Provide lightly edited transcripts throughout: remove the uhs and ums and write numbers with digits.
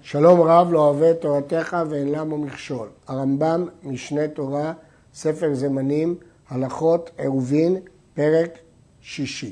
שלום רב לא אוהב את תורתך ואין למו מכשול. הרמב"ם, משנה תורה, ספר זמנים, הלכות עירובין, פרק 6.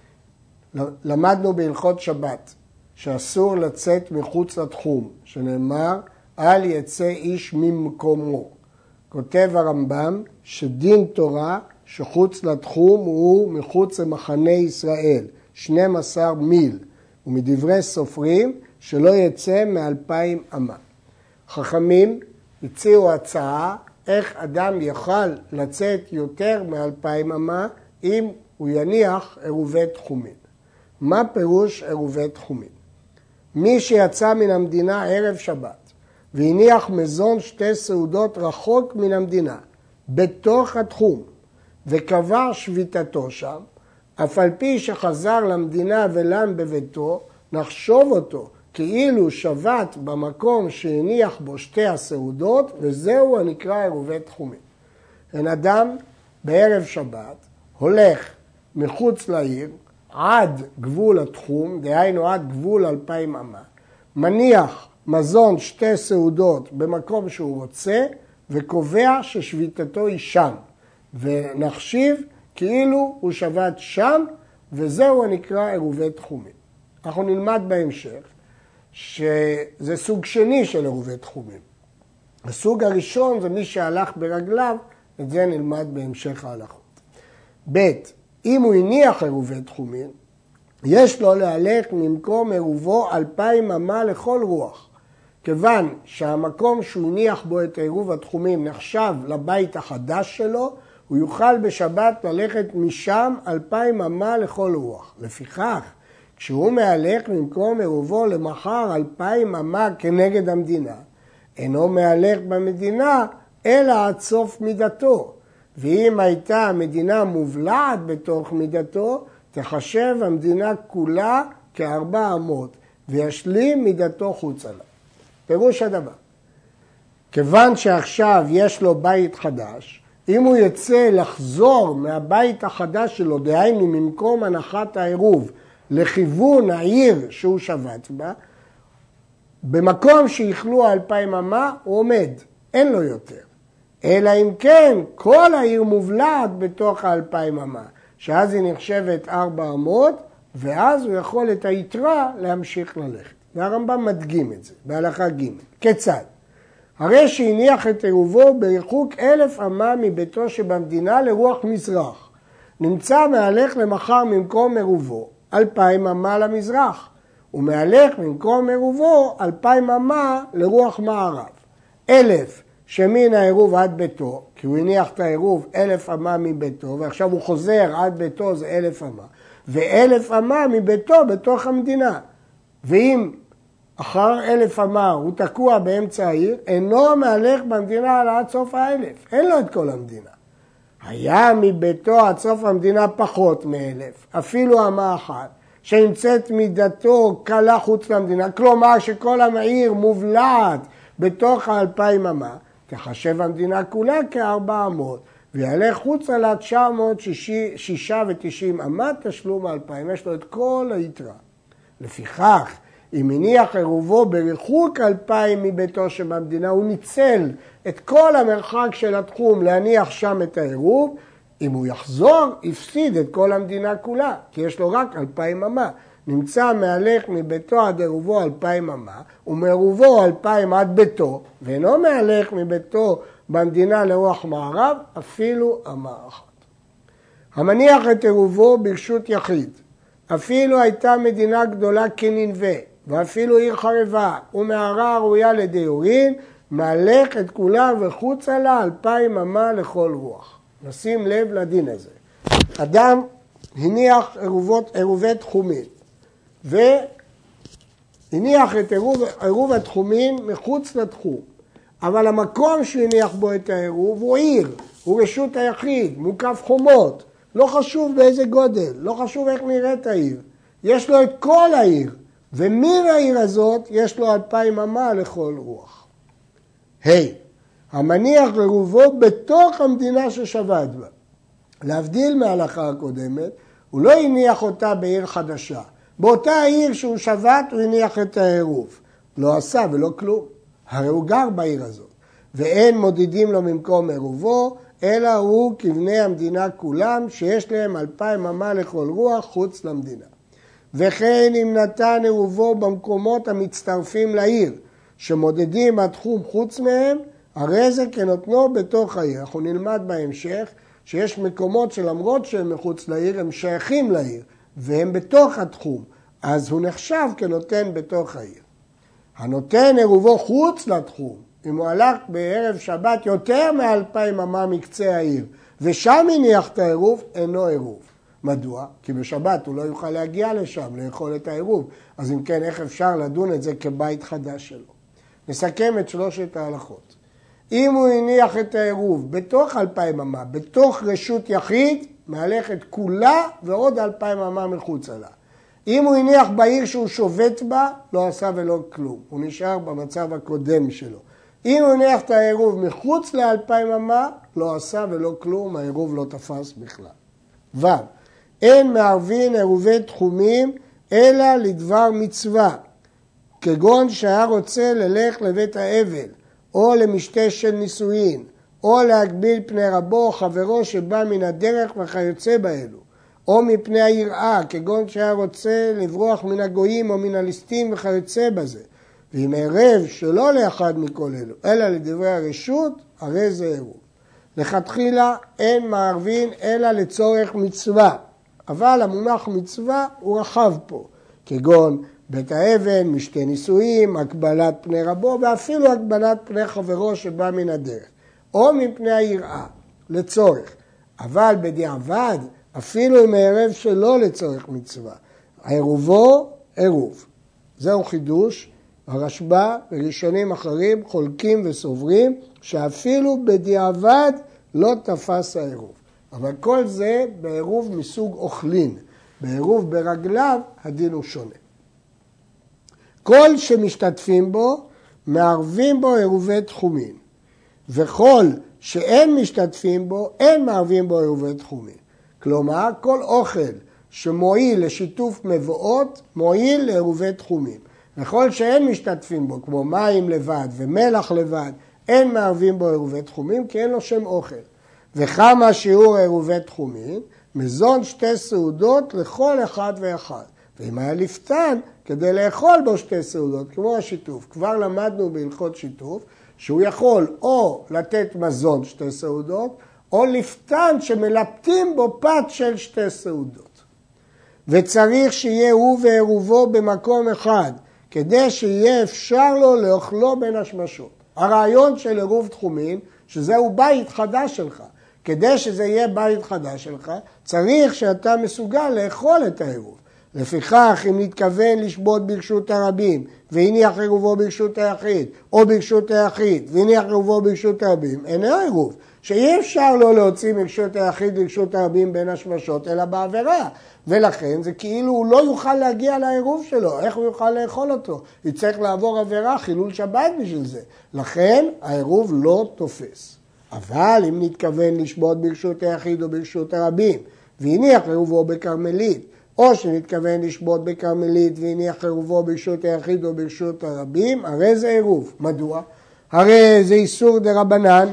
למדנו בהלכות שבת שאסור לצאת מחוץ לתחום, שנאמר אל יצא איש ממקומו. כותב הרמב"ם שדין תורה שחוץ לתחום הוא מחוץ למחנה ישראל, 12 מיל, ומדברי סופרים שלא יצא מ2,000 אמה. חכמים הציעו הצעה איך אדם יוכל לצאת יותר מ2,000 אמה אם הוא יניח עירובי תחומין. מה פירוש עירובי תחומין? מי שיצא מן המדינה ערב שבת והניח מזון 2 סעודות רחוק מן המדינה, בתוך התחום, וקבע שביתתו שם, אף על פי שחזר למדינה ולן בביתו, נחשוב אותו כאילו שבת במקום שהניח בו 2 הסעודות, וזהו הנקרא עירובי תחומין. אין אדם בערב שבת הולך מחוץ לעיר עד גבול התחום, דהיינו עד גבול 2,000 אמה, מניח מזון 2 סעודות במקום שהוא רוצה, וקובע ששביתתו היא שם, ונחשיב כאילו הוא שבת שם, וזהו הנקרא עירובי תחומין. אנחנו נלמד בהמשך שזה סוג שני של עירובי תחומין. הסוג הראשון זה מי שהלך ברגליו, את זה נלמד בהמשך ההלכות. ב' אם הוא הניח עירובי תחומין, יש לו להלך ממקום עירובו 2,000 אמה לכל רוח. כיוון שהמקום שהוא הניח בו את עירוב התחומים נחשב לבית החדש שלו, הוא יוכל בשבת ללכת משם 2,000 אמה לכל רוח. לפיכך, כשהוא מהלך ממקום עירובו למחר 2,000 אמה כנגד המדינה, אינו מהלך במדינה אלא עד סוף מידתו. ואם הייתה המדינה מובלעת בתוך מידתו, תחשב המדינה כולה כ400 וישלים מידתו חוצה לה. פירוש הדבר, כיוון שעכשיו יש לו בית חדש, אם הוא יצא לחזור מהבית החדש שלו, דהיינו ממקום הנחת העירוב, לכיוון העיר שהוא שבת בה, במקום שיכלו 2,000 אמה הוא עומד, אין לו יותר. אלא אם כן כל העיר מובלעת בתוך 2,000 אמה, שאז היא נחשבת 400, ואז הוא יכול את היתרה להמשיך ללכת. והרמב"ם מדגים את זה, בהלכה ג'. כיצד? הרי שהניח את עירובו ברחוק 1,000 אמה מביתו שבמדינה לרוח מזרח. נמצא מהלך למחר ממקום עירובו 2,000 אמה למזרח, ומהלך ממקום עירובו 2,000 אמה לרוח מערב. 1,000 שמן העירוב עד ביתו, כי הוא הניח את העירוב 1,000 אמה מביתו, ועכשיו הוא חוזר עד ביתו זה 1,000 אמה, ו1,000 אמה מביתו בתוך המדינה. ואם אחר 1,000 אמה הוא תקוע באמצע העיר, אינו מהלך במדינה עד סוף 1,000, אין לו את כל המדינה. היה מביתו עד סוף המדינה פחות מ1,000, אפילו אמה אחת, שנמצאת מידתו קלה חוץ למדינה, כלומר שכל העיר מובלעת בתוך 2,000 אמה, תחשב המדינה כולה כ400, ויעלה חוצה לה 996 אמה, תשלום 2,000, יש לו את כל היתרה. לפיכך, אם הניח עירובו ברחוק 2,000 מביתו שבמדינה, הוא ניצל את כל המרחק של התחום להניח שם את העירוב, אם הוא יחזור, יפסיד את כל המדינה כולה, כי יש לו רק 2,000 אמה. נמצא מהלך מביתו עד עירובו 2,000 אמה, ומעירובו 2,000 עד ביתו, ואינו מהלך מביתו במדינה לרוח מערב, אפילו אמה אחת. המניח את עירובו ברשות יחיד, אפילו הייתה מדינה גדולה כננבה, ואפילו עיר חרבה, ומערה ראויה לדיורין, מהלך את כולה וחוצה לה 2,000 אמה לכל רוח. נשים לב לדין הזה. אדם הניח עירובי תחומין, והניח את עירוב התחומין מחוץ לתחום. אבל המקום שהניח בו את העירוב הוא עיר, הוא רשות היחיד, מוקף חומות. לא חשוב באיזה גודל, לא חשוב איך נראית העיר. יש לו את כל העיר, ומן העיר הזאת יש לו 2,000 אמה לכל רוח. המניח עירובו בתוך המדינה ששבת בה. להבדיל מההלכה הקודמת, הוא לא הניח אותה בעיר חדשה. באותה העיר שהוא שבת הוא הניח את העירוב. לא עשה ולא כלום. הרי הוא גר בעיר הזאת. ואין מודדים לו ממקום עירובו, אלא הוא כבני המדינה כולם, שיש להם 2,000 אמה לכל רוח חוץ למדינה. וכן אם נתן עירובו במקומות המצטרפים לעיר, שמודדים התחום חוץ מהם, הרי זה כנותנו בתוך העיר. אנחנו נלמד בהמשך שיש מקומות שלמרות שהם מחוץ לעיר, הם שייכים לעיר, והם בתוך התחום, אז הוא נחשב כנותן בתוך העיר. הנותן עירובו חוץ לתחום, אם הוא הלך בערב שבת יותר מ2,000 אמה מקצה העיר, ושם הניח את העירוב, אינו עירוב. מדוע? כי בשבת הוא לא יוכל להגיע לשם, לאכול את העירוב. אז אם כן, איך אפשר לדון את זה כבית חדש שלו? נסכם את 3 ההלכות. אם הוא הניח את העירוב בתוך 2,000 אמה, בתוך רשות יחיד, מהלך את כולה ועוד 2,000 אמה מחוץ לה. אם הוא הניח בעיר שהוא שובת בה, לא עשה ולא כלום. הוא נשאר במצב הקודם שלו. אם הוא הניח את העירוב מחוץ ל2,000 אמה, לא עשה ולא כלום, העירוב לא תפס בכלל. ו. אין מערבין עירובי תחומים, אלא לדבר מצווה, כגון שהיה רוצה ללך לבית האבל, או למשתה של נישואין, או להגביל פני רבו או חברו שבא מן הדרך וכיוצא באלו, או מפני היראה, כגון שהיה רוצה לברוח מן הגויים או מן הליסטין וכיוצא בזה. ואם ערב שלא לאחד מכל אלו, אלא לדברי הרשות, הרי זה עירוב. לכתחילה אין מערבין אלא לצורך מצווה, אבל המונח מצווה הוא רחב פה, כגון בית האבן, משתה נישואים, הגבלת פני רבו, ואפילו הגבלת פני חברו שבא מן הדרך, או מפני היראה, לצורך. אבל בדיעבד, אפילו עם הערב שלא לצורך מצווה, עירובו עירוב. זהו חידוש. הרשב"א וראשונים אחרים חולקים וסוברים שאפילו בדיעבד לא תפס העירוב. אבל כל זה בעירוב מסוג אוכלין. בעירוב ברגליו הדין הוא שונה. כל שמשתתפים בו, מערבים בו עירובי תחומים. וכל שאין משתתפים בו, אין מערבים בו עירובי תחומים. כלומר, כל אוכל שמועיל לשיתוף מבואות, מועיל לעירובי תחומים. וכל שאין משתתפים בו, כמו מים לבד ומלח לבד, אין מערבים בו עירובי תחומים, כי אין לו שם אוכל. וכמה שיעור עירובי תחומים, מזון 2 סעודות לכל אחד ואחד. ואם היה לפתן, כדי לאכול בו 2 סעודות, כמו השיתוף. כבר למדנו בהלכות שיתוף, שהוא יכול או לתת מזון 2 סעודות, או לפתן שמלפתים בו פת של 2 סעודות. וצריך שיהיה הוא ועירובו במקום אחד, כדי שיהיה אפשר לו לאכלו בין השמשות. הרעיון של עירוב תחומים, שזהו בית חדש שלך. כדי שזה יהיה בית חדש שלך, צריך שאתה מסוגל לאכול את העירוב. לפיכך, אם נתכוון לשבות ברשות הרבים, והניח עירובו ברשות היחיד, או ברשות היחיד, והניח עירובו ברשות הרבים, אינו עירוב. שאי אפשר לא להוציא מרשות היחיד לרשות הרבים בין השמשות, אלא בעבירה. ולכן זה כאילו הוא לא יוכל להגיע לעירוב שלו. איך הוא יוכל לאכול אותו? יצטרך לעבור עבירה, חילול שבת בשביל זה. לכן העירוב לא תופס. אבל אם נתכוון לשבות ברשות היחיד או ברשות הרבים, והניח עירובו בכרמלית, או שנתכוון לשבות בכרמלית והניח עירובו ברשות היחיד או ברשות הרבים, הרי זה עירוב. מדוע? הרי זה איסור דרבנן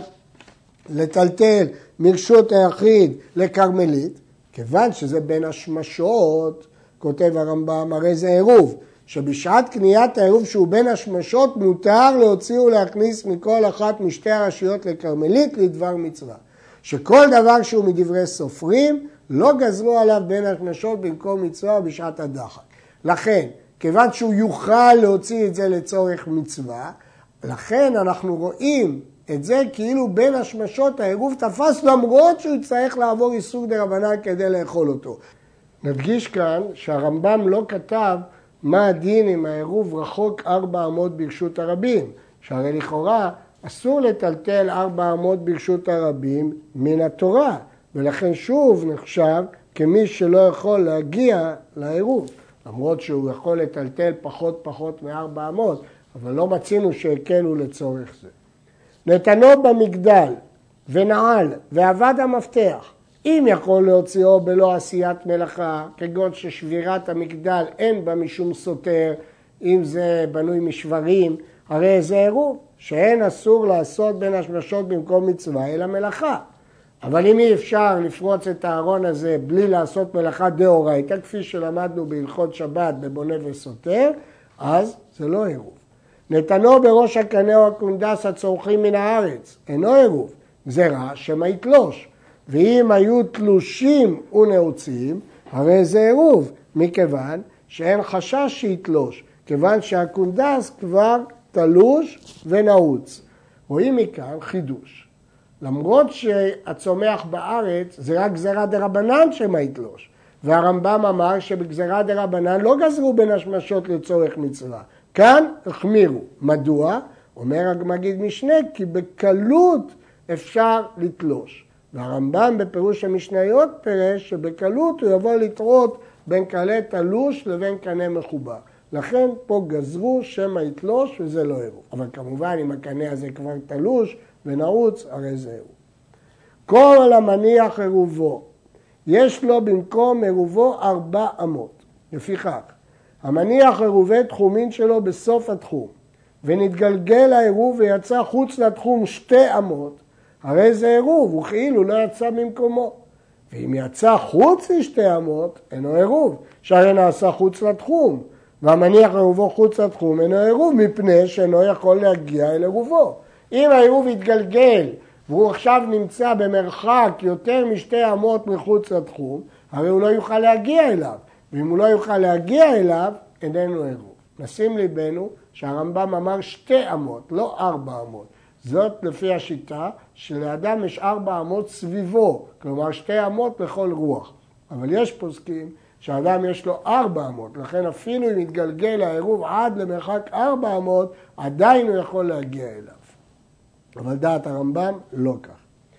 לטלטל מרשות היחיד לכרמלית, כיוון שזה בין השמשות, כותב הרמב"ם, הרי זה עירוב, שבשעת קניית העירוב שהוא בין השמשות מותר להוציא ולהכניס מכל אחת משתי הרשויות לכרמלית לדבר מצווה. שכל דבר שהוא מדברי סופרים, לא גזרו עליו בין השמשות במקום מצווה בשעת הדחק. לכן, כיוון שהוא יוכל להוציא את זה לצורך מצווה, לכן אנחנו רואים את זה כאילו בין השמשות העירוב תפס למרות שהוא יצטרך לעבור איסור דרבנן כדי לאכול אותו. נדגיש כאן שהרמב"ם לא כתב מה הדין אם העירוב רחוק 4 אמות ברשות הרבים, שהרי לכאורה אסור לטלטל 4 אמות ברשות הרבים מן התורה, ולכן שוב נחשב כמי שלא יכול להגיע לעירוב, למרות שהוא יכול לטלטל פחות מ4 אמות, אבל לא מצינו שהקלו לצורך זה. נתנו במגדל ונעל ועבד המפתח, אם יכול להוציאו בלא עשיית מלאכה, כגון ששבירת המגדל אין בה משום סותר, אם זה בנוי משברים, הרי זה עירוב, שאין אסור לעשות בין השמשות במקום מצווה אלא מלאכה. אבל אם אי אפשר לפרוץ את הארון הזה בלי לעשות מלאכה דאורייתא, כפי שלמדנו בהלכות שבת בבונה וסותר, אז זה לא עירוב. נתנו בראש הקנה או הקונדס הצורכים מן הארץ, אינו עירוב, גזירה שמא יתלוש. ואם היו תלושים ונעוצים, הרי זה עירוב, מכיוון שאין חשש שיתלוש, כיוון שהקונדס כבר תלוש ונעוץ. רואים מכאן חידוש. למרות שהצומח בארץ זה רק גזירה דרבנן שמא יתלוש. והרמב"ם אמר שבגזירה דרבנן לא גזרו בין השמשות לצורך מצווה. כאן החמירו. מדוע? אומר המגיד משנה, כי בקלות אפשר לתלוש. והרמב"ם בפירוש המשניות פירש שבקלות הוא יבוא לטרות בין קנה תלוש לבין קנה מחובר. לכן פה גזרו שמא יתלוש וזה לא עירוב. אבל כמובן אם הקנה הזה כבר תלוש ונעוץ, הרי זה עירוב. כל המניח עירובו, יש לו במקום עירובו 4 אמות. לפיכך, המניח עירובי תחומין שלו בסוף התחום, ונתגלגל העירוב ויצא חוץ לתחום 2 אמות, הרי זה עירוב, וכאילו לא יצא ממקומו. ואם יצא חוץ ל2 אמות, אינו עירוב, שהרי נעשה חוץ לתחום. והמניח עירובו חוץ לתחום אינו עירוב, מפני שאינו יכול להגיע אל עירובו. אם העירוב יתגלגל, והוא עכשיו נמצא במרחק יותר מ2 אמות מחוץ לתחום, הרי הוא לא יוכל להגיע אליו. ואם הוא לא יוכל להגיע אליו, איננו עירוב. נשים ליבנו שהרמב"ם אמר 2 אמות, לא 4 אמות. זאת לפי השיטה שלאדם יש 4 אמות סביבו, כלומר 2 אמות לכל רוח. אבל יש פוסקים שהאדם יש לו 4 אמות, לכן אפילו אם יתגלגל העירוב עד למרחק 4 אמות, עדיין הוא יכול להגיע אליו. אבל דעת הרמב"ם לא כך.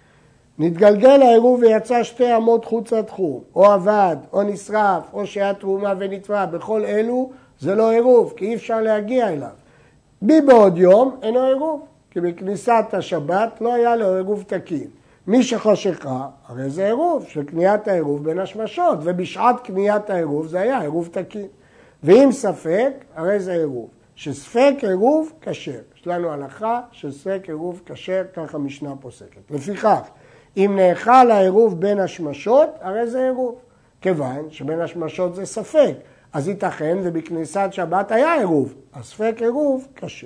נתגלגל העירוב ויצא 2 אמות חוץ לתחום, או אבד, או נשרף, או שהיה תרומה ונתבע, בכל אלו זה לא עירוב, כי אי אפשר להגיע אליו. בעוד יום אינו עירוב, כי בכניסת השבת לא היה לו עירוב תקין. מי שחשכה, הרי זה עירוב, של קניית העירוב בין השמשות, ובשעת קניית העירוב זה היה עירוב תקין. ואם ספק, הרי זה עירוב. שספק עירוב כשר. יש לנו הלכה שספק עירוב כשר, ככה משנה פוסקת. לפיכך, אם נאכל העירוב בין השמשות, הרי זה עירוב. כיוון שבין השמשות זה ספק, אז ייתכן ובכניסת שבת היה עירוב, אז ספק עירוב כשר.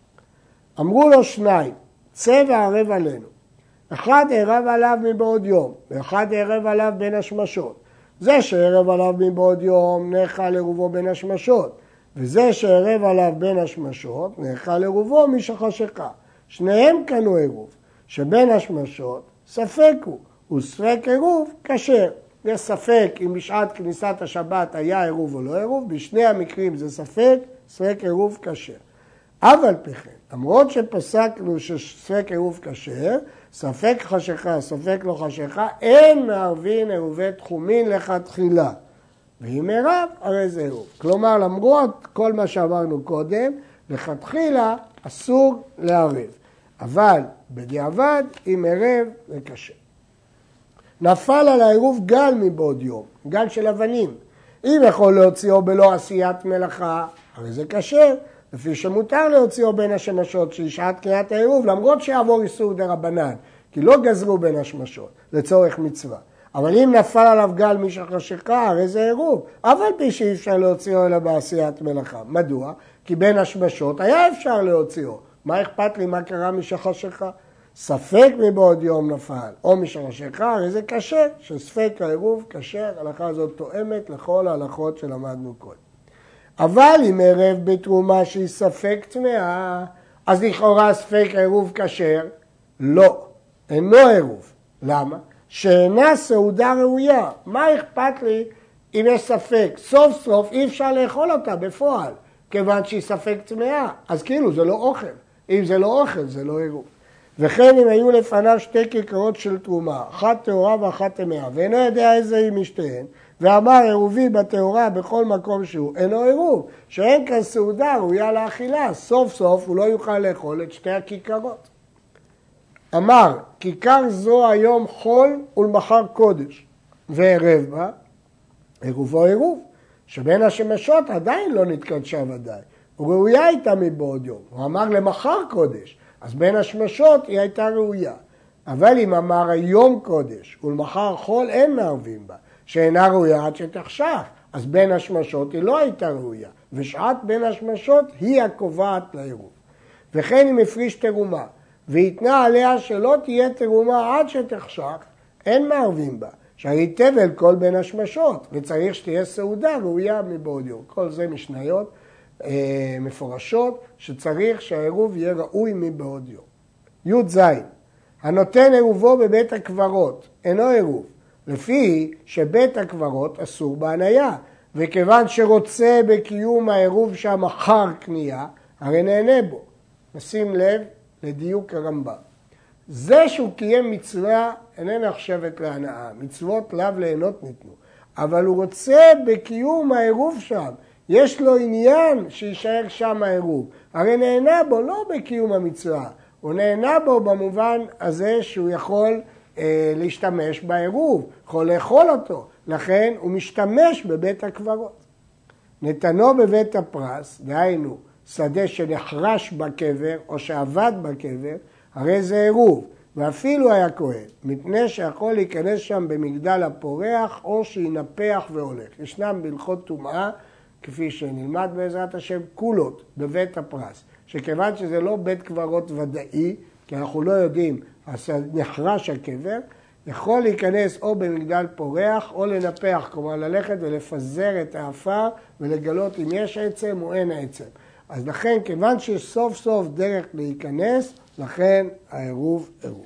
אמרו לו 2, צא וערב עלינו. אחד ערב עליו מבעוד יום, ואחד ערב עליו בין השמשות. זה שערב עליו מבעוד יום, נאכל עירובו בין השמשות. וזה שערב עליו בין השמשות, נאכל עירובו משחשכה. שניהם קנו עירוב, שבין השמשות ספק הוא ספק עירוב כשר. יש ספק אם בשעת כניסת השבת היה עירוב או לא עירוב, בשני המקרים זה ספק עירוב כשר. אבל פחד, למרות שפסקנו שספק עירוב כשר, ספק חשכה, ספק לא חשכה, אין מערבין עירובי תחומין לכתחילה. ואם עירב, הרי זה עירוב. כלומר, למרות כל מה שאמרנו קודם, לכתחילה אסור לערב. אבל בדיעבד, אם עירב, זה קשה. נפל על העירוב גל מבעוד יום, גל של אבנים. אם יכול להוציאו בלא עשיית מלאכה, הרי זה קשה. לפי שמותר להוציאו בין השמשות של שעת קריאת העירוב, למרות שיעבור איסור דרבנן, כי לא גזרו בין השמשות לצורך מצווה. אבל אם נפל עליו גל משחשכה, הרי זה עירוב. אבל פי שאי אפשר להוציאו אלא בעשיית מלאכה. מדוע? כי בין השמשות היה אפשר להוציאו. מה אכפת לי מה קרה משחשכה? ספק מבעוד יום נפל, או משחשכה, הרי זה קשה, שספק העירוב קשה, ההלכה הזאת תואמת לכל ההלכות שלמדנו קודם. אבל אם ערב בתרומה שהיא ספק טמאה, אז לכאורה ספק עירוב כשר? לא, אינו עירוב. למה? שאינה סעודה ראויה. מה אכפת לי אם יש ספק? סוף סוף אי אפשר לאכול אותה בפועל, כיוון שהיא ספק טמאה. אז כאילו זה לא אוכל. אם זה לא אוכל, זה לא עירוב. וכן אם היו לפניו 2 כיכרות של תרומה, אחת טהורה ואחת טמאה, ואינו יודע איזה היא משתיהן, ואמר עירובי בטהורה בכל מקום שהוא, אינו עירוב, שאין כאן סעודה ראויה לאכילה, סוף סוף הוא לא יוכל לאכול את 2 הכיכרות. אמר, כיכר זו היום חול ולמחר קודש, וערב בה, עירובו עירוב, שבין השמשות עדיין לא נתקדשה ודאי, ראויה הייתה מבעוד יום. הוא אמר למחר קודש, אז בין השמשות היא הייתה ראויה. אבל אם אמר היום קודש ולמחר חול, אין מערבים בה, שאינה ראויה עד שתחשך. אז בין השמשות היא לא הייתה ראויה, ושעת בין השמשות היא הקובעת לעירוב. וכן אם הפריש תרומה, והתנה עליה שלא תהיה תרומה עד שתחשך, אין מערבים בה, שהרי תבל כל בין השמשות, וצריך שתהיה סעודה ראויה מבעוד יום. כל זה משניות מפורשות, שצריך שהעירוב יהיה ראוי מבעוד יום. י' ז' הנותן עירובו בבית הקברות, אינו עירוב, לפי שבית הקברות אסור בהניה, וכיוון שרוצה בקיום העירוב שם אחר קנייה, הרי נהנה בו. נשים לב לדיוק הרמב"ם. זה שהוא קיים מצווה איננה נחשבת להנאה, מצוות לאו ליהנות ניתנו, אבל הוא רוצה בקיום העירוב שם, יש לו עניין שישאר שם העירוב, הרי נהנה בו לא בקיום המצווה, הוא נהנה בו במובן הזה שהוא יכול להשתמש בעירוב, יכול לאכול אותו, לכן הוא משתמש בבית הקברות. נתנו בבית הפרס, דהיינו שדה שנחרש בקבר או שעבד בקבר, הרי זה עירוב, ואפילו היה כהן, מפני שיכול להיכנס שם במגדל הפורח או שינפח והולך. ישנם בהלכות טומאה, כפי שנלמד בעזרת השם, כולות בבית הפרס, שכיוון שזה לא בית קברות ודאי, כי אנחנו לא יודעים, אז נחרש הקבר, יכול להיכנס או במגדל פורח או לנפח, כלומר ללכת ולפזר את האפר ולגלות אם יש עצם או אין עצם. אז לכן, כיוון שיש סוף סוף דרך להיכנס, לכן העירוב עירוב.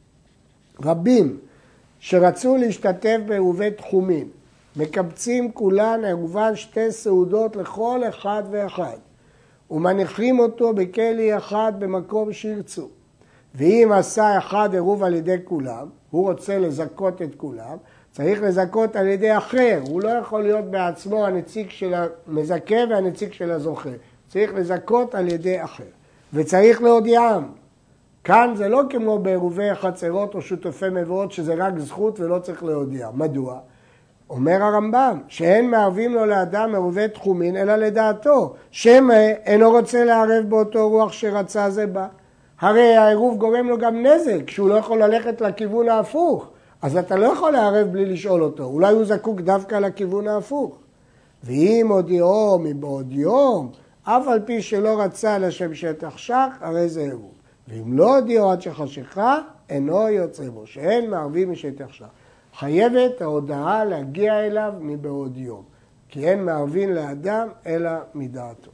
רבים שרצו להשתתף בעירובי תחומים, מקבצים כולן עירובן שתי סעודות לכל אחד ואחד, ומניחים אותו בכלי אחד במקום שירצו. ואם עשה אחד עירוב על ידי כולם, הוא רוצה לזכות את כולם, צריך לזכות על ידי אחר, הוא לא יכול להיות בעצמו הנציג של המזכה והנציג של הזוכה, צריך לזכות על ידי אחר, וצריך להודיעם. כאן זה לא כמו בעירובי חצרות או שותפי מבואות שזה רק זכות ולא צריך להודיע. מדוע? אומר הרמב"ם שאין מערבים לו לאדם עירובי תחומין אלא לדעתו, שמא אינו רוצה לערב באותו רוח שרצה זה בה. הרי העירוב גורם לו גם נזק, שהוא לא יכול ללכת לכיוון ההפוך. אז אתה לא יכול לערב בלי לשאול אותו, אולי הוא זקוק דווקא לכיוון ההפוך. ואם הודיעו מבעוד יום, אף על פי שלא רצה לשם שתחשך, הרי זה עירוב. ואם לא הודיעו עד שחשיכה, אינו יוצא בו, שאין מערבים משתחשך. חייבת ההודעה להגיע אליו מבעוד יום, כי אין מערבין לאדם אלא מדעתו.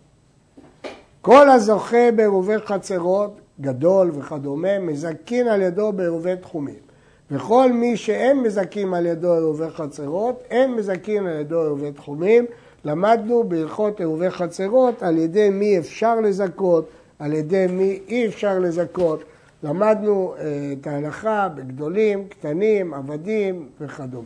כל הזוכה בעירובי חצרות, גדול וכדומה, מזכין על ידו בעירובי תחומים. וכל מי שאין מזכים על ידו עירובי חצרות, אין מזכין על ידו עירובי תחומים. למדנו בהלכות עירובי חצרות על ידי מי אפשר לזכות, על ידי מי אי אפשר לזכות. למדנו את ההלכה בגדולים, קטנים, עבדים וכדומה.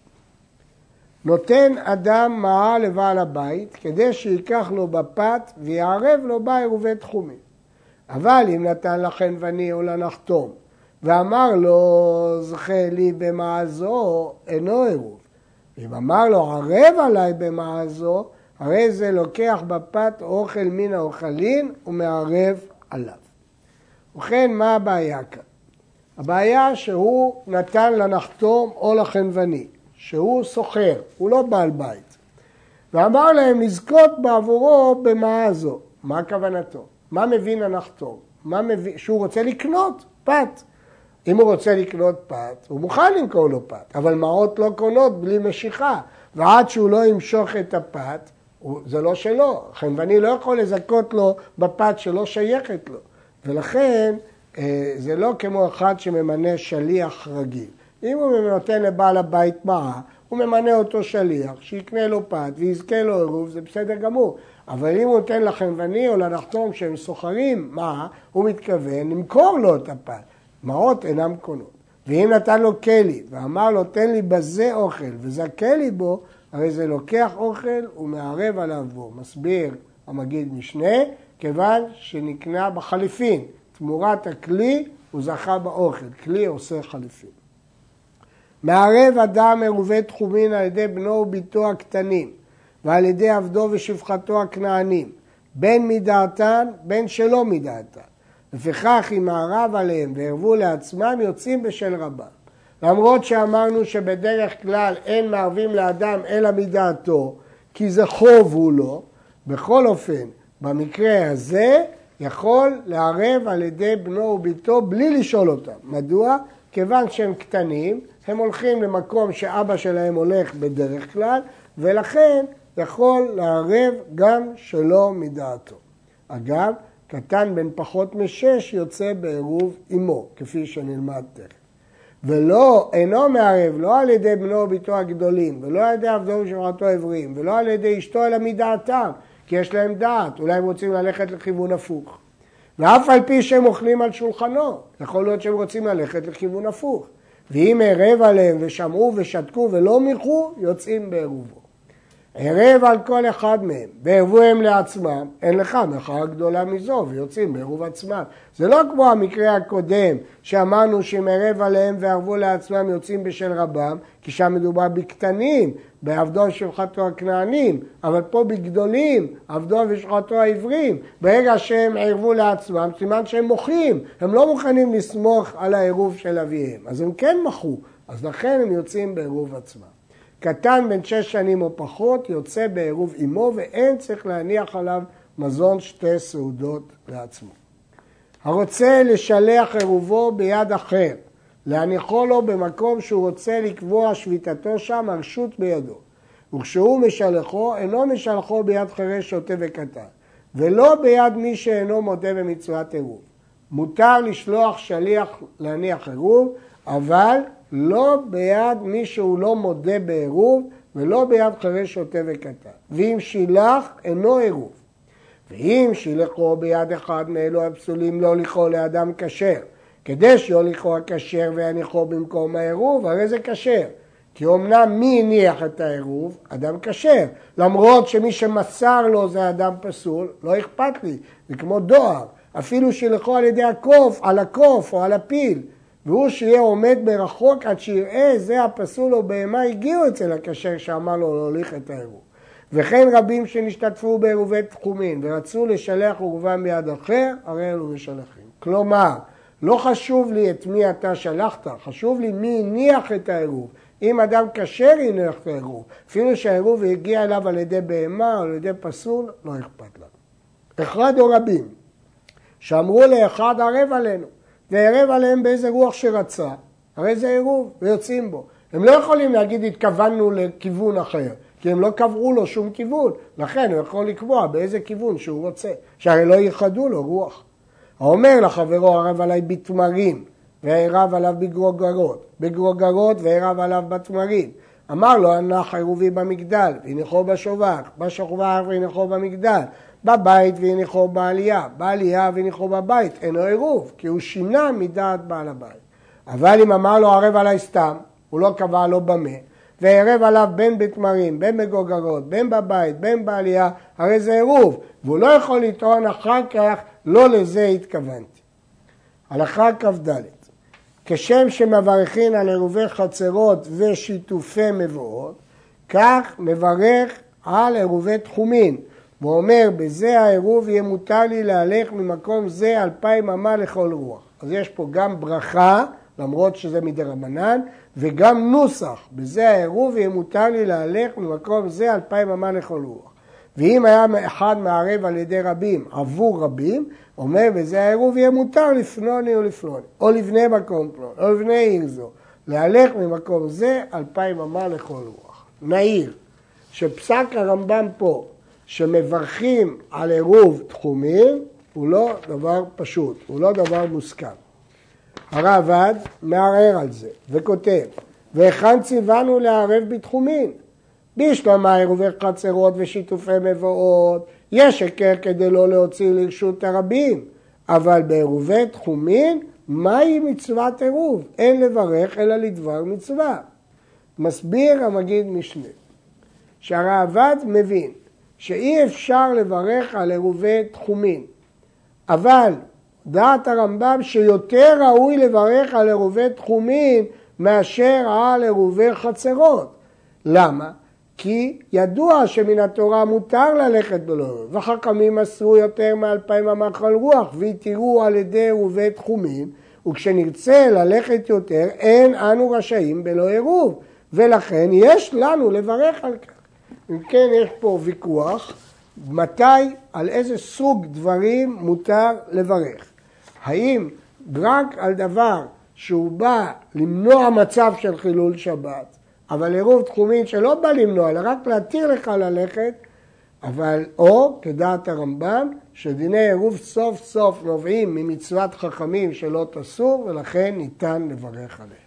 נותן אדם מעה לבעל הבית כדי שיקח לו בפת ויערב לו בה עירובי תחומים. אבל אם נתן לחנווני או לנחתום ואמר לו זכה לי במעה זו, אינו עירוב. אם אמר לו ערב עליי במעה זו, הרי זה לוקח בפת אוכל מן האוכלין ומערב עליו. ובכן, מה הבעיה כאן? הבעיה שהוא נתן לנחתום או לחנווני, שהוא סוחר, הוא לא בעל בית, ואמר להם לזכות בעבורו במעה זו. מה כוונתו? מה מבין הנחתום? שהוא רוצה לקנות פת. אם הוא רוצה לקנות פת, הוא מוכן למכור לו פת, אבל מעות לא קונות בלי משיכה, ועד שהוא לא ימשוך את הפת, זה לא שלו. חנווני לא יכול לזכות לו בפת שלא שייכת לו. ולכן זה לא כמו אחד שממנה שליח רגיל. אם הוא נותן לבעל הבית מעה, הוא ממנה אותו שליח, שיקנה לו פת ויזכה לו עירוב, זה בסדר גמור. אבל אם הוא נותן לחנווני או לנחתום שהם סוחרים מעה, הוא מתכוון למכור לו את הפת. מעות אינם קונות. ואם נתן לו כלי ואמר לו תן לי בזה אוכל וזכה לי בו, הרי זה לוקח אוכל ומערב עליו בו. מסביר המגיד משנה, כיוון שנקנה בחליפין. תמורת הכלי הוא זכה באוכל. כלי עושה חליפין. מערב אדם עירובי תחומין על ידי בנו וביתו הקטנים, ועל ידי עבדו ושפחתו הכנענים, בין מדעתן, בין שלא מדעתן. לפיכך אם מערב עליהם וערבו לעצמם יוצאים בשל רבם. למרות שאמרנו שבדרך כלל אין מערבים לאדם אלא מדעתו, כי זה חוב הוא לא, בכל אופן, במקרה הזה יכול לערב על ידי בנו וביתו בלי לשאול אותם. מדוע? כיוון שהם קטנים, הם הולכים למקום שאבא שלהם הולך בדרך כלל, ולכן יכול לערב גם שלא מדעתו. אגב, קטן בן פחות משש יוצא בעירוב אמו, כפי שנלמד תכף. ולא, אינו מערב, לא על ידי בנו וביתו הגדולים, ולא על ידי עבדו ומשפחתו העבריים, ולא על ידי אשתו אלא מדעתם, כי יש להם דעת, אולי הם רוצים ללכת לכיוון הפוך. ואף על פי שהם אוכלים על שולחנו, יכול להיות שהם רוצים ללכת לכיוון הפוך. ואם ערב עליהם ושמעו ושתקו ולא מיחו, יוצאים בעירובו. ערב על כל אחד מהם, וערבו הם לעצמם, אין לך מחאה גדולה מזו, ויוצאים בעירוב עצמם. זה לא כמו המקרה הקודם, שאמרנו שאם ערב עליהם וערבו לעצמם יוצאים בשל רבם, כי שם מדובר בקטנים, בעבדו ושפחתו הכנענים, אבל פה בגדולים, עבדו ושפחתו העברים. ברגע שהם ערבו לעצמם, סימן שהם מוחים, הם לא מוכנים לסמוך על העירוב של אביהם, אז הם כן מחו, אז לכן הם יוצאים בעירוב עצמם. קטן בן 6 שנים או פחות יוצא בעירוב אמו ואין צריך להניח עליו מזון 2 סעודות לעצמו. הרוצה לשלח עירובו ביד אחר, להניחו לו במקום שהוא רוצה לקבוע שביתתו שם, הרשות בידו. וכשהוא משלחו, אינו משלחו ביד חירש שוטה וקטן, ולא ביד מי שאינו מודה במצוות עירוב. מותר לשלוח שליח להניח עירוב, אבל לא ביד מי שהוא לא מודה בעירוב, ולא ביד חירש שוטה וקטן. ואם שילח, אינו עירוב. ואם שילחו ביד אחד מאלו הפסולים לא הוליכו לאדם כשר, כדי שיוליכו הכשר ויניחו במקום העירוב, הרי זה כשר. כי אומנם מי הניח את העירוב? אדם כשר. למרות שמי שמסר לו זה אדם פסול, לא אכפת לי, זה כמו דואר. אפילו שילחו על ידי הקוף, על הקוף או על הפיל. והוא שיהיה עומד מרחוק עד שיראה זה הפסול או בהמה הגיעו אצל הכשר שאמר לו להוליך את העירוב. וכן רבים שנשתתפו בעירובי תחומין ורצו לשלח עירובם ביד אחר, הרי אלו משלחים. כלומר, לא חשוב לי את מי אתה שלחת, חשוב לי מי הניח את העירוב. אם אדם כשר הניח את העירוב, אפילו שהעירוב הגיע אליו על ידי בהמה או על ידי פסול, לא אכפת לנו. אחד או רבים שאמרו לאחד ערב עלינו, וערב עליהם באיזה רוח שרצה, הרי זה עירוב ויוצאים בו. הם לא יכולים להגיד התכוונו לכיוון אחר, כי הם לא קבעו לו שום כיוון, לכן הוא יכול לקבוע באיזה כיוון שהוא רוצה, שהרי לא ייחדו לו רוח. האומר לחברו ערב עליי בתמרים, וערב עליו בגרוגרות וערב עליו בתמרים. אמר לו הנח עירובי במגדל, והניחו בשובך, בשובך והניחו במגדל, בבית והניחו בעלייה, בעלייה והניחו בבית, אינו עירוב, כי הוא שינה מדעת בעל הבית. אבל אם אמר לו ערב עליי סתם, הוא לא קבע לו במה, וערב עליו בין בתמרים, בין בגרוגרות, בין בבית, בין בעלייה, הרי זה עירוב, והוא לא יכול לטעון אחר כך, לא לזה התכוונתי. הלכה כ"ד, כשם שמברכין על עירובי חצרות ושיתופי מבואות, כך מברך על עירובי תחומין, הוא אומר, בזה העירוב יהיה מותר לי להלך ממקום זה 2,000 אמה לכל רוח. אז יש פה גם ברכה, למרות שזה מדרבנן, וגם נוסח, בזה העירוב יהיה מותר לי להלך ממקום זה 2,000 אמה לכל רוח. ואם היה אחד מערב על ידי רבים עבור רבים, אומר, בזה העירוב יהיה מותר לפלוני או לפלוני, או לבני מקום פלוני, או לבני עיר זו, להלך ממקום זה 2,000 אמה לכל רוח. נעיר שפסק הרמב"ם פה, שמברכים על עירוב תחומים, הוא לא דבר פשוט, הוא לא דבר מוסכם. הרעב"ד מערער על זה וכותב, והיכן ציוונו לערב בתחומים? בשלמה עירובי חצרות ושיתופי מבואות, יש היכר כדי לא להוציא לרשות הרבים, אבל בעירובי תחומים, מהי מצוות עירוב? אין לברך אלא לדבר מצווה. מסביר המגיד משנה, שהרעב"ד מבין, שאי אפשר לברך על עירובי תחומין, אבל דעת הרמב"ם שיותר ראוי לברך על עירובי תחומין מאשר על עירובי חצרות. למה? כי ידוע שמן התורה מותר ללכת בלא עירוב, וחכמים אסרו יותר מ2,000 אמ"ח על רוח, והתירו על ידי עירובי תחומים, וכשנרצה ללכת יותר, אין אנו רשאים בלא עירוב, ולכן יש לנו לברך על כך. אם כן, יש פה ויכוח, מתי, על איזה סוג דברים מותר לברך. האם רק על דבר שהוא בא למנוע מצב של חילול שבת, אבל עירוב תחומין שלא בא למנוע, אלא רק להתיר לך ללכת, אבל או כדעת הרמב"ם, שדיני עירוב סוף סוף נובעים ממצוות חכמים שלא תסור, ולכן ניתן לברך עליהם.